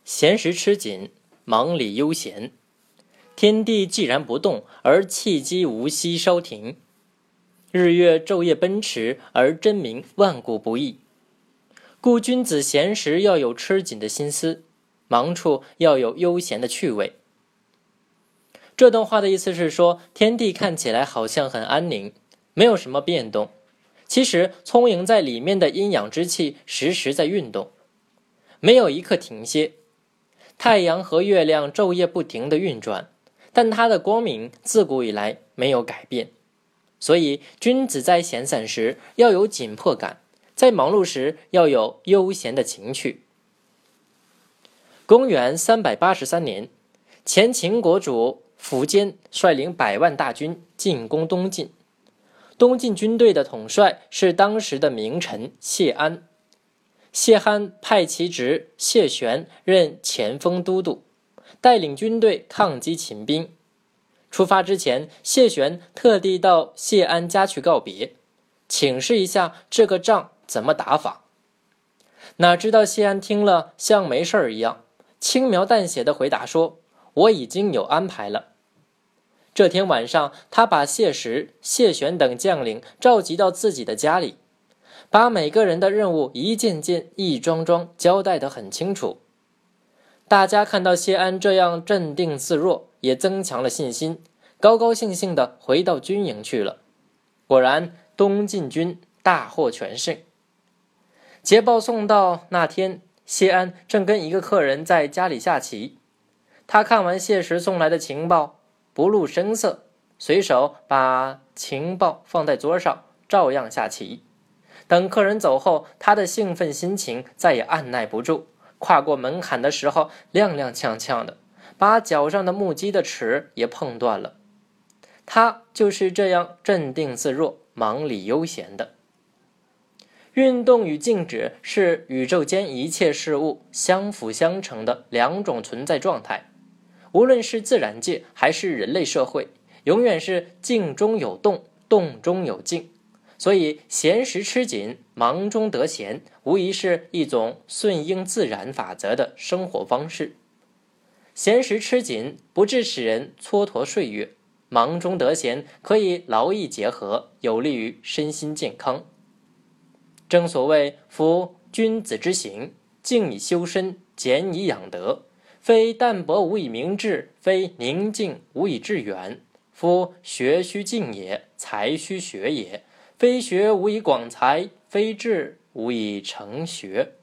闲时吃紧，忙里悠闲。天地既然不动，而气机无息稍停；日月昼夜奔驰，而真名万古不易。故君子闲时要有吃紧的心思，忙处要有悠闲的趣味。这段话的意思是说，天地看起来好像很安宁，没有什么变动，其实充盈在里面的阴阳之气时时在运动，没有一刻停歇。太阳和月亮昼夜不停地运转，但它的光明自古以来没有改变。所以君子在闲散时要有紧迫感，在忙碌时要有悠闲的情趣。公元383年，前秦国主苻坚率领100万大军进攻东晋。东晋军队的统帅是当时的名臣谢安。谢安派其侄谢玄任前锋都督，带领军队抗击秦兵。出发之前，谢玄特地到谢安家去告别，请示一下这个仗怎么打法。哪知道谢安听了像没事儿一样，轻描淡写的回答说：“我已经有安排了。”这天晚上，他把谢石、谢玄等将领召集到自己的家里，把每个人的任务一件件、一桩桩交代得很清楚。大家看到谢安这样镇定自若，也增强了信心，高高兴兴地回到军营去了。果然，东晋军大获全胜。捷报送到那天，谢安正跟一个客人在家里下棋。他看完谢石送来的情报，不露声色，随手把情报放在桌上，照样下棋。等客人走后，他的兴奋心情再也按耐不住，跨过门槛的时候踉踉跄跄的，把脚上的木屐的齿也碰断了。他就是这样镇定自若、忙里悠闲的。运动与静止是宇宙间一切事物相辅相成的两种存在状态，无论是自然界还是人类社会，永远是静中有动，动中有静。所以闲时吃紧，忙中得闲，无疑是一种顺应自然法则的生活方式。闲时吃紧不致使人蹉跎岁月，忙中得闲可以劳逸结合，有利于身心健康。正所谓夫君子之行，静以修身，俭以养德，非淡泊无以明志，非宁静无以致远。夫学须静也，才须学也，非学无以广才，非志无以成学。